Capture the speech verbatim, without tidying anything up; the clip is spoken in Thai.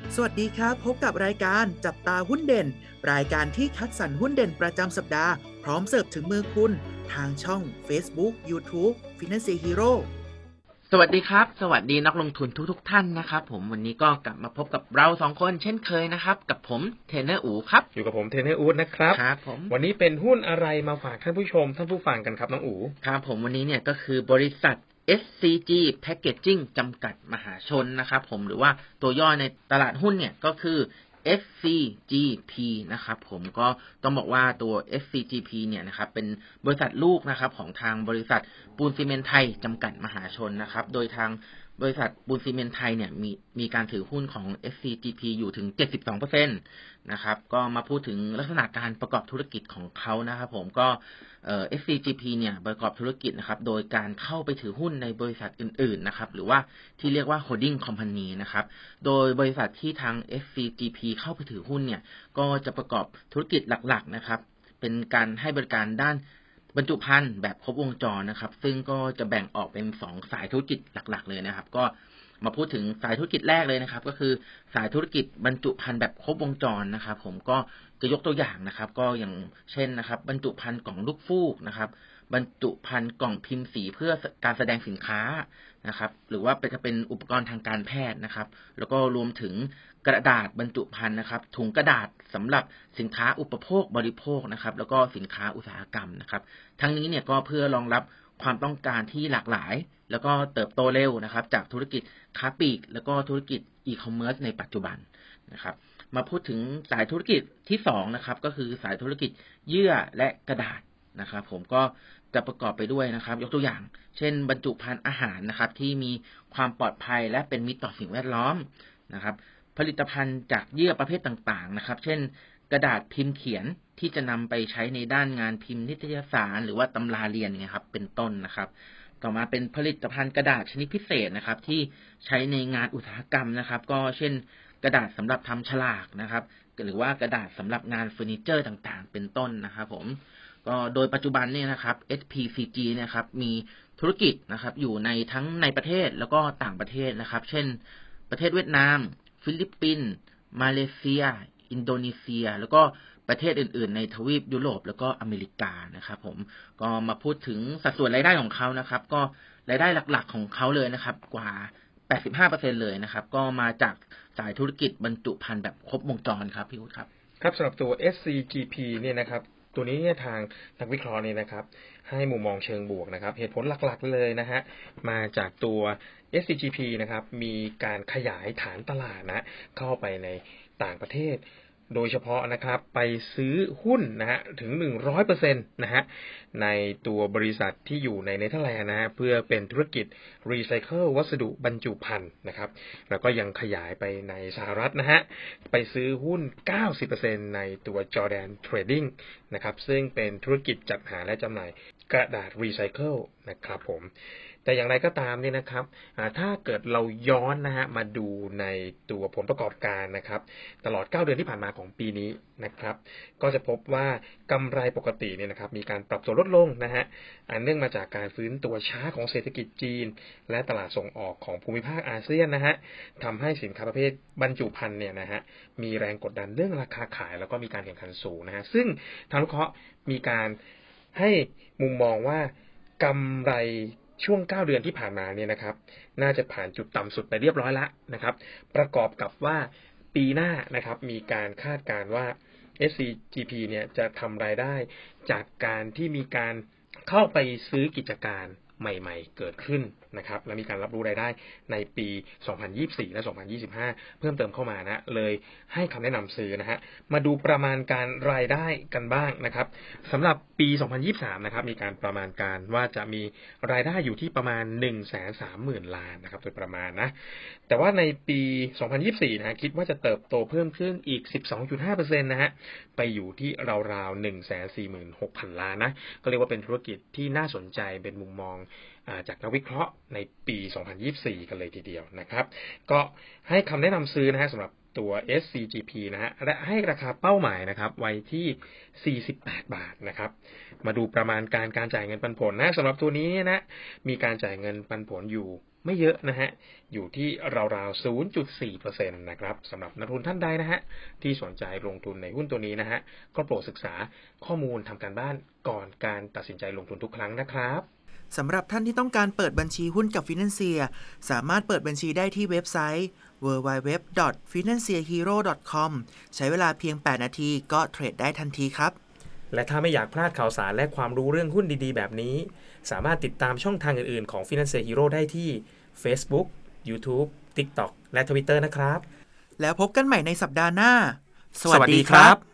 สวัสดีครับพบกับรายการจับตาหุ้นเด่นรายการที่คัดสรรหุ้นเด่นประจำสัปดาห์พร้อมเสิร์ฟถึงมือคุณทางช่อง Facebook YouTube Finance Hero สวัสดีครับสวัสดีนักลงทุนทุกๆท่านนะครับผมวันนี้ก็กลับมาพบกับเราสองคนเช่นเคยนะครับกับผมเทรนเนอร์อู๋ครับอยู่กับผมเทรนเนอร์อู๊ดนะครับครับผมวันนี้เป็นหุ้นอะไรมาฝากท่านผู้ชมท่านผู้ฟังกันครับน้องอู๋ครับผมวันนี้เนี่ยก็คือบริษัท เอส ซี จี Packaging จำกัดมหาชนนะครับผมหรือว่าตัวย่อในตลาดหุ้นเนี่ยก็คือ เอส ซี จี พี นะครับผมก็ต้องบอกว่าตัว เอส ซี จี พี เนี่ยนะครับเป็นบริษัทลูกนะครับของทางบริษัทปูนซีเมนต์ไทยจำกัดมหาชนนะครับโดยทางบริษัทปูนซีเมนต์ไทยเนี่ยมีมีการถือหุ้นของ เอส ซี จี พี อยู่ถึง เจ็ดสิบสองเปอร์เซ็นต์ นะครับก็มาพูดถึงลักษณะการประกอบธุรกิจของเขานะครับผมก็เอ่อ เอส ซี จี พี เนี่ยประกอบธุรกิจนะครับโดยการเข้าไปถือหุ้นในบริษัทอื่นๆนะครับหรือว่าที่เรียกว่า holding company นะครับโดยบริษัทที่ทาง เอส ซี จี พี เข้าไปถือหุ้นเนี่ยก็จะประกอบธุรกิจหลักๆนะครับเป็นการให้บริการด้านบรรจุภัณฑ์แบบครบวงจรนะครับซึ่งก็จะแบ่งออกเป็นสองสายธุรกิจหลักๆเลยนะครับก็มาพูดถึงสายธุรกิจแรกเลยนะครับก็คือสายธุรกิจบรรจุภัณฑ์แบบครบวงจรนะครับผมก็จะยกตัวอย่างนะครับก็อย่างเช่นนะครับบรรจุภัณฑ์กล่องลูกฟูกนะครับบรรจุภัณฑ์กล่องพิมพ์สีเพื่อการแสดงสินค้านะครับหรือว่าจะเป็นอุปกรณ์ทางการแพทย์นะครับแล้วก็รวมถึงกระดาษบรรจุภัณฑ์นะครับถุงกระดาษสำหรับสินค้าอุปโภคบริโภคนะครับแล้วก็สินค้าอุตสาหกรรมนะครับทั้งนี้เนี่ยก็เพื่อรองรับความต้องการที่หลากหลายแล้วก็เติบโตเร็วนะครับจากธุรกิจค้าปลีกแล้วก็ธุรกิจอีคอมเมิร์ซในปัจจุบันนะครับมาพูดถึงสายธุรกิจที่สองนะครับก็คือสายธุรกิจเยื่อและกระดาษนะครับผมก็จะประกอบไปด้วยนะครับยกตัวอย่างเช่นบรรจุภัณฑ์อาหารนะครับที่มีความปลอดภัยและเป็นมิตรต่อสิ่งแวดล้อมนะครับผลิตภัณฑ์จากเยื่อประเภทต่างๆนะครับเช่นกระดาษพิมพ์เขียนที่จะนำไปใช้ในด้านงานพิมพ์นิตยสารหรือว่าตำราเรียนเนี่ยครับเป็นต้นนะครับต่อมาเป็นผลิตภัณฑ์กระดาษชนิดพิเศษนะครับที่ใช้ในงานอุตสาหกรรมนะครับก็เช่นกระดาษสำหรับทำฉลากนะครับหรือว่ากระดาษสำหรับงานเฟอร์นิเจอร์ต่างๆเป็นต้นนะครับผมก็โดยปัจจุบันเนี่ยนะครับ เอส พี ซี จี เนี่ยครับมีธุรกิจนะครับอยู่ในทั้งในประเทศแล้วก็ต่างประเทศนะครับเช่นประเทศเวียดนามฟิลิปปินส์มาเลเซียอินโดนีเซียแล้วก็ประเทศอื่นๆในทวีปยุโรปแล้วก็อเมริกานะครับผมก็มาพูดถึงสัดส่วนรายได้ของเขานะครับก็รายได้หลักๆของเขาเลยนะครับกว่า แปดสิบห้าเปอร์เซ็นต์ เลยนะครับก็มาจากสายธุรกิจบรรจุภัณฑ์แบบครบวงจรครับพี่อุ๊ดครับครับสำหรับตัว เอส ซี จี พี เนี่ยนะครับตัวนี้เนี่ยทางนักวิเคราะห์เนี่ยนะครับให้มุมมองเชิงบวกนะครับเหตุผลหลักๆเลยนะฮะมาจากตัว เอส ซี จี พี นะครับมีการขยายฐานตลาดนะเข้าไปในต่างประเทศโดยเฉพาะนะครับไปซื้อหุ้นนะฮะถึง หนึ่งร้อยเปอร์เซ็นต์ นะฮะในตัวบริษัทที่อยู่ในเนเธอร์แลนด์นะฮะเพื่อเป็นธุรกิจรีไซเคิลวัสดุบรรจุภัณฑ์นะครับแล้วก็ยังขยายไปในสหรัฐนะฮะไปซื้อหุ้น เก้าสิบเปอร์เซ็นต์ ในตัว Jordan Trading นะครับซึ่งเป็นธุรกิจจัดหาและจำหน่ายกระดาษรีไซเคิลนะครับผมแต่อย่างไรก็ตามเนี่ยนะครับถ้าเกิดเราย้อนนะฮะมาดูในตัวผลประกอบการนะครับตลอดเก้าเดือนที่ผ่านมาของปีนี้นะครับก็จะพบว่ากำไรปกติเนี่ยนะครับมีการปรับตัวลดลงนะฮะอันเนื่องมาจากการฟื้นตัวช้าของเศรษฐกิจจีนและตลาดส่งออกของภูมิภาคอาเซียนนะฮะทำให้สินค้าประเภทบรรจุภัณฑ์เนี่ยนะฮะมีแรงกดดันเรื่องราคาขายแล้วก็มีการแข่งขันสูงนะฮะซึ่งทางวิเคราะห์มีการให้มุมมองว่ากำไรช่วงเก้าเดือนที่ผ่านมาเนี่ยนะครับน่าจะผ่านจุดต่ำสุดไปเรียบร้อยแล้วนะครับประกอบกับว่าปีหน้านะครับมีการคาดการณ์ว่า เอส ซี จี พี เนี่ยจะทำรายได้จากการที่มีการเข้าไปซื้อกิจการใหม่ๆเกิดขึ้นนะครับและมีการรับรู้รายได้ในปีสองพันยี่สิบสี่และสองพันยี่สิบห้าเพิ่มเติมเข้ามานะเลยให้คำแนะนำซื้อนะฮะมาดูประมาณการรายได้กันบ้างนะครับสำหรับปีสองพันยี่สิบสามนะครับมีการประมาณการว่าจะมีรายได้อยู่ที่ประมาณ หนึ่งแสนสามหมื่น ล้านนะครับโดยประมาณนะแต่ว่าในปีสองพันยี่สิบสี่นะฮะคิดว่าจะเติบโตเพิ่มขึ้นอีก สิบสองจุดห้าเปอร์เซ็นต์ นะฮะไปอยู่ที่ราวๆ หนึ่งแสนสี่หมื่นหกพัน ล้านนะก็เรียกว่าเป็นธุรกิจที่น่าสนใจเป็นมุมมองจากนักวิเคราะห์ในปีสองพันยี่สิบสี่กันเลยทีเดียวนะครับก็ให้คำแนะนำซื้อนะฮะสำหรับตัว เอส ซี จี พี นะฮะและให้ราคาเป้าหมายนะครับไว้ที่สี่สิบแปดบาทนะครับมาดูประมาณการการจ่ายเงินปันผลนะสำหรับตัวนี้เนี่ยนะมีการจ่ายเงินปันผลอยู่ไม่เยอะนะฮะอยู่ที่ราวๆ ศูนย์จุดสี่เปอร์เซ็นต์ นะครับสำหรับนักลงทุนท่านใดนะฮะที่สนใจลงทุนในหุ้นตัวนี้นะฮะก็โปรดศึกษาข้อมูลทำการบ้านก่อนการตัดสินใจลงทุนทุกครั้งนะครับสำหรับท่านที่ต้องการเปิดบัญชีหุ้นกับ Financier สามารถเปิดบัญชีได้ที่เว็บไซต์ ดับเบิลยู ดับเบิลยู ดับเบิลยู ดอท ฟินันเซียฮีโร่ ดอท คอม ใช้เวลาเพียงแปดนาทีก็เทรดได้ทันทีครับและถ้าไม่อยากพลาดข่าวสารและความรู้เรื่องหุ้นดีๆแบบนี้สามารถติดตามช่องทางอื่นๆของ Financier Hero ได้ที่ Facebook YouTube TikTok และ Twitter นะครับแล้วพบกันใหม่ในสัปดาห์หน้าสวัสดีครับ